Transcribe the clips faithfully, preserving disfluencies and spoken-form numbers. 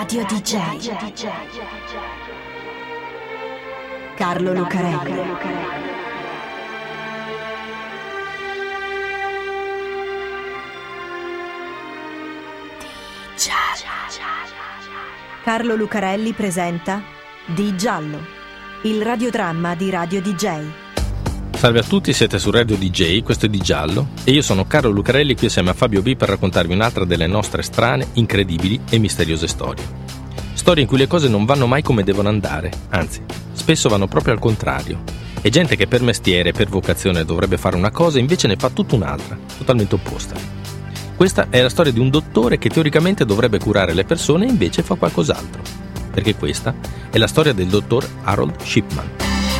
Radio D J Carlo Lucarelli. Carlo Lucarelli presenta Di Giallo, il radiodramma di Radio D J. Salve a tutti, siete su Radio D J, questo è Di Giallo e io sono Carlo Lucarelli qui assieme a Fabio B per raccontarvi un'altra delle nostre strane, incredibili e misteriose storie. Storie in cui le cose non vanno mai come devono andare, anzi, spesso vanno proprio al contrario. E gente che per mestiere, per vocazione dovrebbe fare una cosa invece ne fa tutta un'altra, totalmente opposta. Questa è la storia di un dottore che teoricamente dovrebbe curare le persone e invece fa qualcos'altro. Perché questa è la storia del dottor Harold Shipman.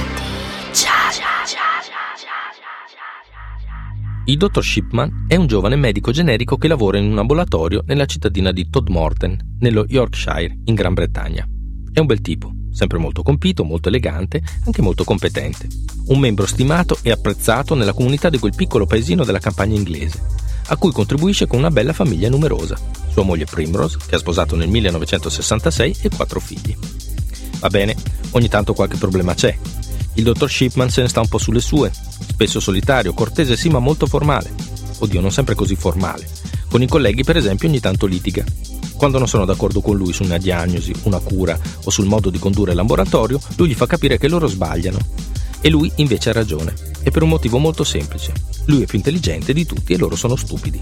Il dottor Shipman è un giovane medico generico che lavora in un ambulatorio nella cittadina di Todmorden, nello Yorkshire, in Gran Bretagna. È un bel tipo, sempre molto compito, molto elegante, anche molto competente. Un membro stimato e apprezzato nella comunità di quel piccolo paesino della campagna inglese, a cui contribuisce con una bella famiglia numerosa, sua moglie Primrose, che ha sposato nel millenovecentosessantasei, e quattro figli. Va bene, ogni tanto qualche problema c'è. Il dottor Shipman se ne sta un po' sulle sue, spesso solitario, cortese sì ma molto formale. Oddio, non sempre così formale. Con i colleghi, per esempio, ogni tanto litiga. Quando non sono d'accordo con lui su una diagnosi, una cura o sul modo di condurre il laboratorio, lui gli fa capire che loro sbagliano. E lui invece ha ragione, e per un motivo molto semplice. Lui è più intelligente di tutti e loro sono stupidi.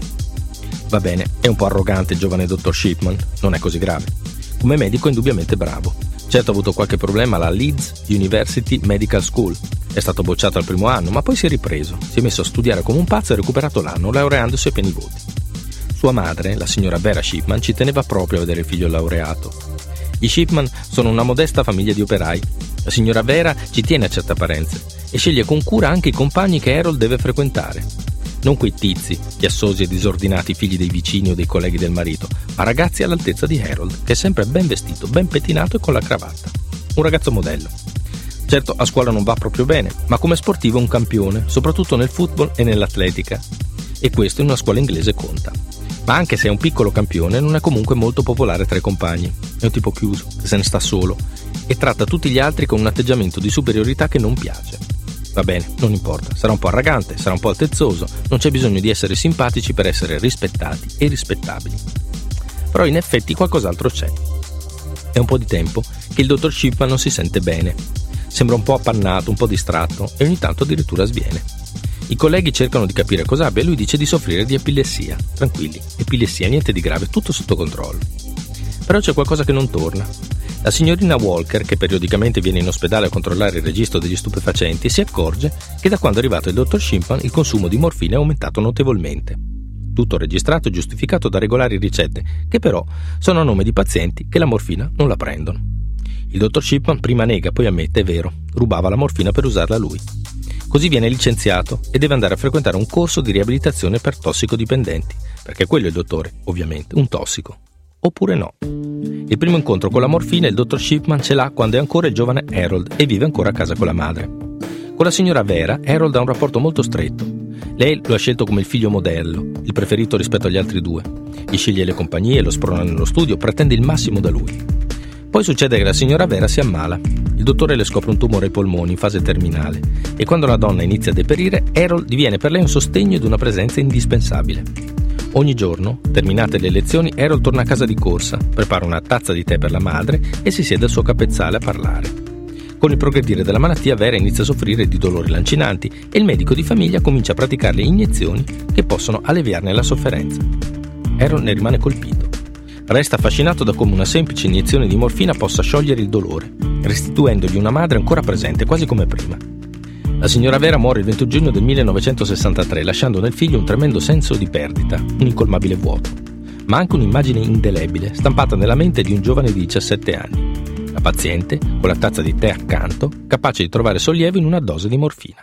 Va bene, è un po' arrogante il giovane dottor Shipman, non è così grave. Come medico è indubbiamente bravo. Certo ha avuto qualche problema alla Leeds University Medical School. È stato bocciato al primo anno, ma poi si è ripreso. Si è messo a studiare come un pazzo e ha recuperato l'anno, laureandosi a pieni voti. Sua madre, la signora Vera Shipman, ci teneva proprio a vedere il figlio laureato. Gli Shipman sono una modesta famiglia di operai. La signora Vera ci tiene a certe apparenze e sceglie con cura anche i compagni che Harold deve frequentare. Non quei tizi, chiassosi e disordinati figli dei vicini o dei colleghi del marito, ma ragazzi all'altezza di Harold, che è sempre ben vestito, ben pettinato e con la cravatta. Un ragazzo modello. Certo, a scuola non va proprio bene, ma come sportivo è un campione, soprattutto nel football e nell'atletica. E questo in una scuola inglese conta. Ma anche se è un piccolo campione, non è comunque molto popolare tra i compagni. È un tipo chiuso, che se ne sta solo, e tratta tutti gli altri con un atteggiamento di superiorità che non piace. Va bene, non importa, sarà un po' arrogante, sarà un po' altezzoso, non c'è bisogno di essere simpatici per essere rispettati e rispettabili. Però in effetti qualcos'altro c'è. È un po' di tempo che il dottor Shipman non si sente bene. Sembra un po' appannato, un po' distratto e ogni tanto addirittura sviene. I colleghi cercano di capire cosa abbia e lui dice di soffrire di epilessia. Tranquilli, epilessia, niente di grave, tutto sotto controllo. Però c'è qualcosa che non torna. La signorina Walker, che periodicamente viene in ospedale a controllare il registro degli stupefacenti, si accorge che da quando è arrivato il dottor Shipman il consumo di morfina è aumentato notevolmente. Tutto registrato e giustificato da regolari ricette, che però sono a nome di pazienti che la morfina non la prendono. Il dottor Shipman prima nega, poi ammette, è vero, rubava la morfina per usarla lui. Così viene licenziato e deve andare a frequentare un corso di riabilitazione per tossicodipendenti, perché quello è il dottore, ovviamente, un tossico. Oppure no. Il primo incontro con la morfina il dottor Shipman ce l'ha quando è ancora il giovane Harold e vive ancora a casa con la madre. Con la signora Vera, Harold ha un rapporto molto stretto. Lei lo ha scelto come il figlio modello, il preferito rispetto agli altri due. Gli sceglie le compagnie, lo sprona nello studio, pretende il massimo da lui. Poi succede che la signora Vera si ammala. Il dottore le scopre un tumore ai polmoni in fase terminale e quando la donna inizia a deperire, Harold diviene per lei un sostegno ed una presenza indispensabile. Ogni giorno, terminate le lezioni, Harold torna a casa di corsa, prepara una tazza di tè per la madre e si siede al suo capezzale a parlare. Con il progredire della malattia, Vera inizia a soffrire di dolori lancinanti e il medico di famiglia comincia a praticarle iniezioni che possono alleviarne la sofferenza. Harold ne rimane colpito. Resta affascinato da come una semplice iniezione di morfina possa sciogliere il dolore, restituendogli una madre ancora presente, quasi come prima. La signora Vera muore il venti giugno del millenovecentosessantatré, lasciando nel figlio un tremendo senso di perdita, un incolmabile vuoto, ma anche un'immagine indelebile, stampata nella mente di un giovane di diciassette anni. La paziente, con la tazza di tè accanto, capace di trovare sollievo in una dose di morfina.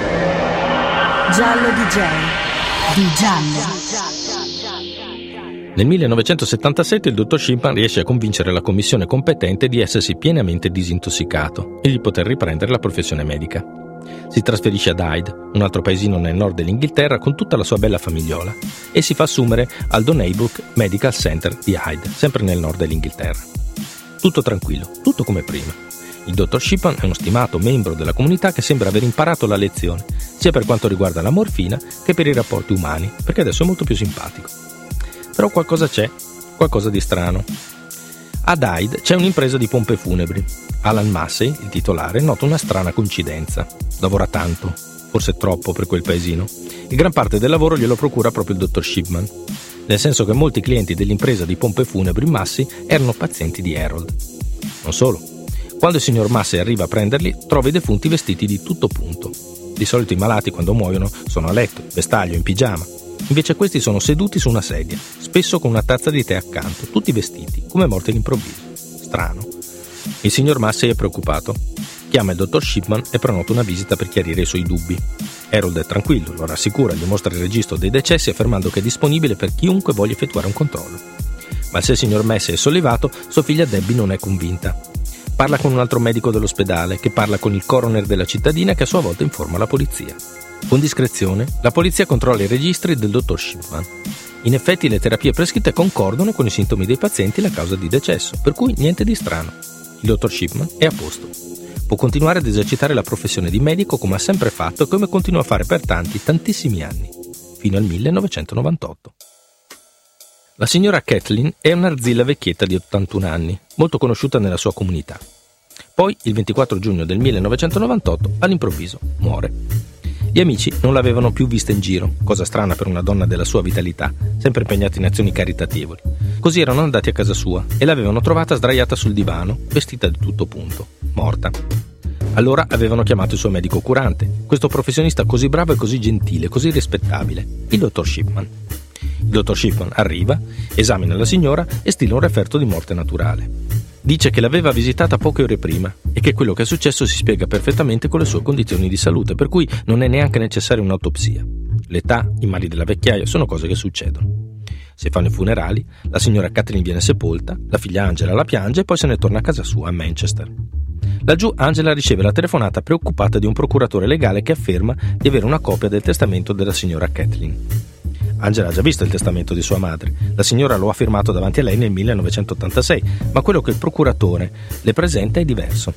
Giallo D J. Di Giallo. Nel millenovecentosettantasette il dottor Shipman riesce a convincere la commissione competente di essersi pienamente disintossicato e di poter riprendere la professione medica. Si trasferisce ad Hyde, un altro paesino nel nord dell'Inghilterra, con tutta la sua bella famigliola, e si fa assumere al Donnybrook Medical Center di Hyde, sempre nel nord dell'Inghilterra. Tutto tranquillo, tutto come prima. Il dottor Shipman è uno stimato membro della comunità che sembra aver imparato la lezione, sia per quanto riguarda la morfina che per i rapporti umani, perché adesso è molto più simpatico. Però qualcosa c'è, qualcosa di strano. Ad Hyde c'è un'impresa di pompe funebri. Alan Massey, il titolare, nota una strana coincidenza. Lavora tanto, forse troppo per quel paesino, e gran parte del lavoro glielo procura proprio il dottor Shipman, nel senso che molti clienti dell'impresa di pompe funebri Massey erano pazienti di Harold. Non solo. Quando il signor Massey arriva a prenderli, trova i defunti vestiti di tutto punto. Di solito i malati quando muoiono sono a letto, in vestaglio, in pigiama. Invece questi sono seduti su una sedia, spesso con una tazza di tè accanto, tutti vestiti, come morti all'improvviso. Strano. Il signor Massey è preoccupato. Chiama il dottor Shipman e prenota una visita per chiarire i suoi dubbi. Harold è tranquillo, lo rassicura, gli mostra il registro dei decessi affermando che è disponibile per chiunque voglia effettuare un controllo. Ma se il signor Massey è sollevato, sua figlia Debbie non è convinta. Parla con un altro medico dell'ospedale, che parla con il coroner della cittadina, che a sua volta informa la polizia. Con discrezione, la polizia controlla i registri del dottor Shipman. In effetti le terapie prescritte concordano con i sintomi dei pazienti e la causa di decesso, per cui niente di strano. Il dottor Shipman è a posto. Può continuare ad esercitare la professione di medico come ha sempre fatto e come continua a fare per tanti, tantissimi anni, fino al millenovecentonovantotto. La signora Kathleen è un'arzilla vecchietta di ottantuno anni, molto conosciuta nella sua comunità. Poi, il ventiquattro giugno del millenovecentonovantotto, all'improvviso, muore. Gli amici non l'avevano più vista in giro, cosa strana per una donna della sua vitalità, sempre impegnata in azioni caritatevoli. Così erano andati a casa sua e l'avevano trovata sdraiata sul divano, vestita di tutto punto, morta. Allora avevano chiamato il suo medico curante, questo professionista così bravo e così gentile, così rispettabile, il dottor Shipman. Il dottor Shipman arriva, esamina la signora e stila un referto di morte naturale. Dice che l'aveva visitata poche ore prima e che quello che è successo si spiega perfettamente con le sue condizioni di salute, per cui non è neanche necessaria un'autopsia. L'età, i mali della vecchiaia sono cose che succedono. Si fanno i funerali, la signora Kathleen viene sepolta, la figlia Angela la piange e poi se ne torna a casa sua a Manchester. Laggiù Angela riceve la telefonata preoccupata di un procuratore legale che afferma di avere una copia del testamento della signora Kathleen. Angela ha già visto il testamento di sua madre. La signora lo ha firmato davanti a lei nel millenovecentottantasei, ma quello che il procuratore le presenta è diverso.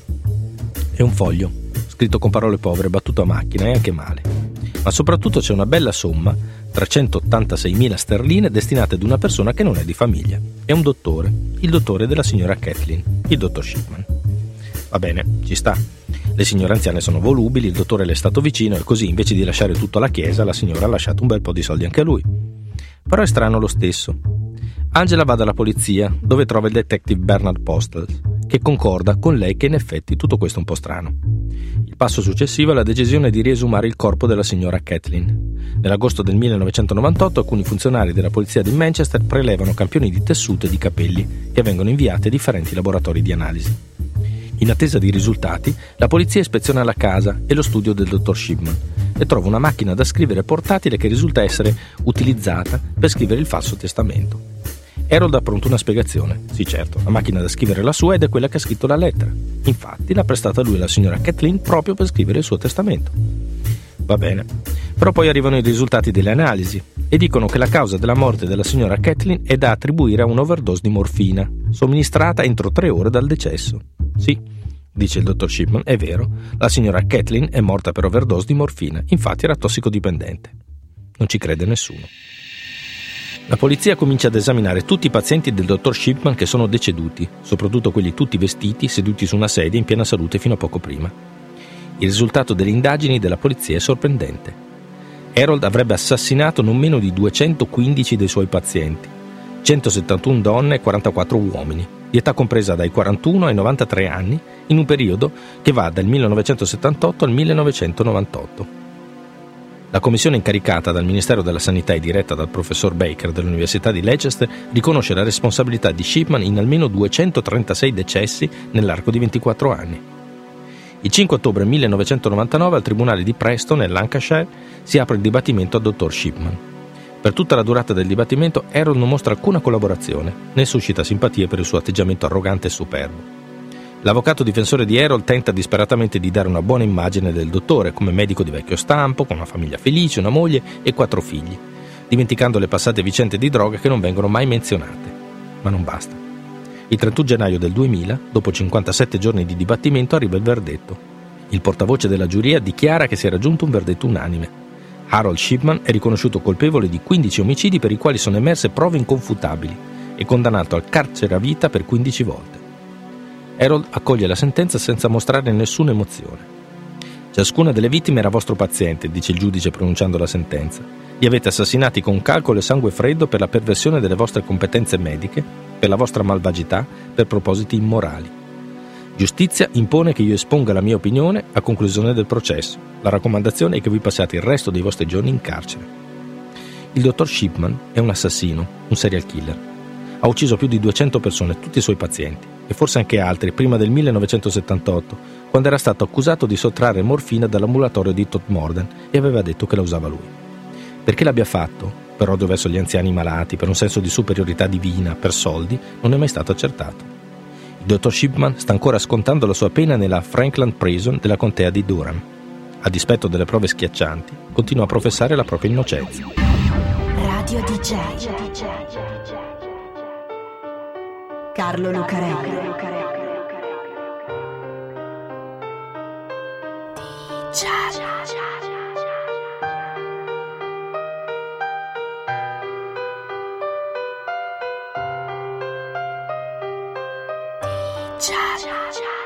È un foglio, scritto con parole povere, battuto a macchina e anche male. Ma soprattutto c'è una bella somma, trecentottantaseimila sterline, destinate ad una persona che non è di famiglia. È un dottore, il dottore della signora Kathleen, il dottor Shipman. Va bene, ci sta. Le signore anziane sono volubili, il dottore le è stato vicino e così, invece di lasciare tutto alla chiesa, la signora ha lasciato un bel po' di soldi anche a lui. Però è strano lo stesso. Angela va dalla polizia, dove trova il detective Bernard Postles, che concorda con lei che in effetti tutto questo è un po' strano. Il passo successivo è la decisione di riesumare il corpo della signora Kathleen. Nell'agosto del millenovecentonovantotto alcuni funzionari della polizia di Manchester prelevano campioni di tessuto e di capelli che vengono inviati a differenti laboratori di analisi. In attesa di risultati, la polizia ispeziona la casa e lo studio del dottor Shipman e trova una macchina da scrivere portatile che risulta essere utilizzata per scrivere il falso testamento. Harold ha pronto una spiegazione. Sì, certo, la macchina da scrivere è la sua ed è quella che ha scritto la lettera. Infatti l'ha prestata lui la signora Kathleen proprio per scrivere il suo testamento. Va bene, però poi arrivano i risultati delle analisi e dicono che la causa della morte della signora Kathleen è da attribuire a un'overdose di morfina, somministrata entro tre ore dal decesso. Sì, dice il dottor Shipman, è vero, la signora Kathleen è morta per overdose di morfina, infatti era tossicodipendente. Non ci crede nessuno. La polizia comincia ad esaminare tutti i pazienti del dottor Shipman che sono deceduti, soprattutto quelli tutti vestiti, seduti su una sedia in piena salute fino a poco prima. Il risultato delle indagini della polizia è sorprendente. Harold avrebbe assassinato non meno di duecentoquindici dei suoi pazienti, centosettantuno donne e quarantaquattro uomini, di età compresa dai quarantuno ai novantatré anni, in un periodo che va dal millenovecentosettantotto al millenovecentonovantotto. La commissione incaricata dal Ministero della Sanità e diretta dal professor Baker dell'Università di Leicester riconosce la responsabilità di Shipman in almeno duecentotrentasei decessi nell'arco di ventiquattro anni. Il cinque ottobre millenovecentonovantanove al tribunale di Preston, nel Lancashire, si apre il dibattimento al dottor Shipman. Per tutta la durata del dibattimento Harold non mostra alcuna collaborazione, né suscita simpatie per il suo atteggiamento arrogante e superbo. L'avvocato difensore di Harold tenta disperatamente di dare una buona immagine del dottore come medico di vecchio stampo, con una famiglia felice, una moglie e quattro figli, dimenticando le passate vicende di droga che non vengono mai menzionate. Ma non basta. Il trentuno gennaio del duemila, dopo cinquantasette giorni di dibattimento, arriva il verdetto. Il portavoce della giuria dichiara che si è raggiunto un verdetto unanime. Harold Shipman è riconosciuto colpevole di quindici omicidi per i quali sono emerse prove inconfutabili e condannato al carcere a vita per quindici volte. Harold accoglie la sentenza senza mostrare nessuna emozione. Ciascuna delle vittime era vostro paziente, dice il giudice pronunciando la sentenza. Li avete assassinati con calcolo e sangue freddo per la perversione delle vostre competenze mediche, per la vostra malvagità, per propositi immorali. Giustizia impone che io esponga la mia opinione a conclusione del processo. La raccomandazione è che vi passiate il resto dei vostri giorni in carcere. Il dottor Shipman è un assassino, un serial killer. Ha ucciso più di duecento persone, tutti i suoi pazienti, e forse anche altri, prima del millenovecentosettantotto, quando era stato accusato di sottrarre morfina dall'ambulatorio di Todmorden e aveva detto che la usava lui. Perché l'abbia fatto, per odio verso gli anziani malati, per un senso di superiorità divina, per soldi, non è mai stato accertato. Il dottor Shipman sta ancora scontando la sua pena nella Frankland Prison della contea di Durham. A dispetto delle prove schiaccianti, continua a professare la propria innocenza. Radio D J Carlo Lucarelli. Ciao.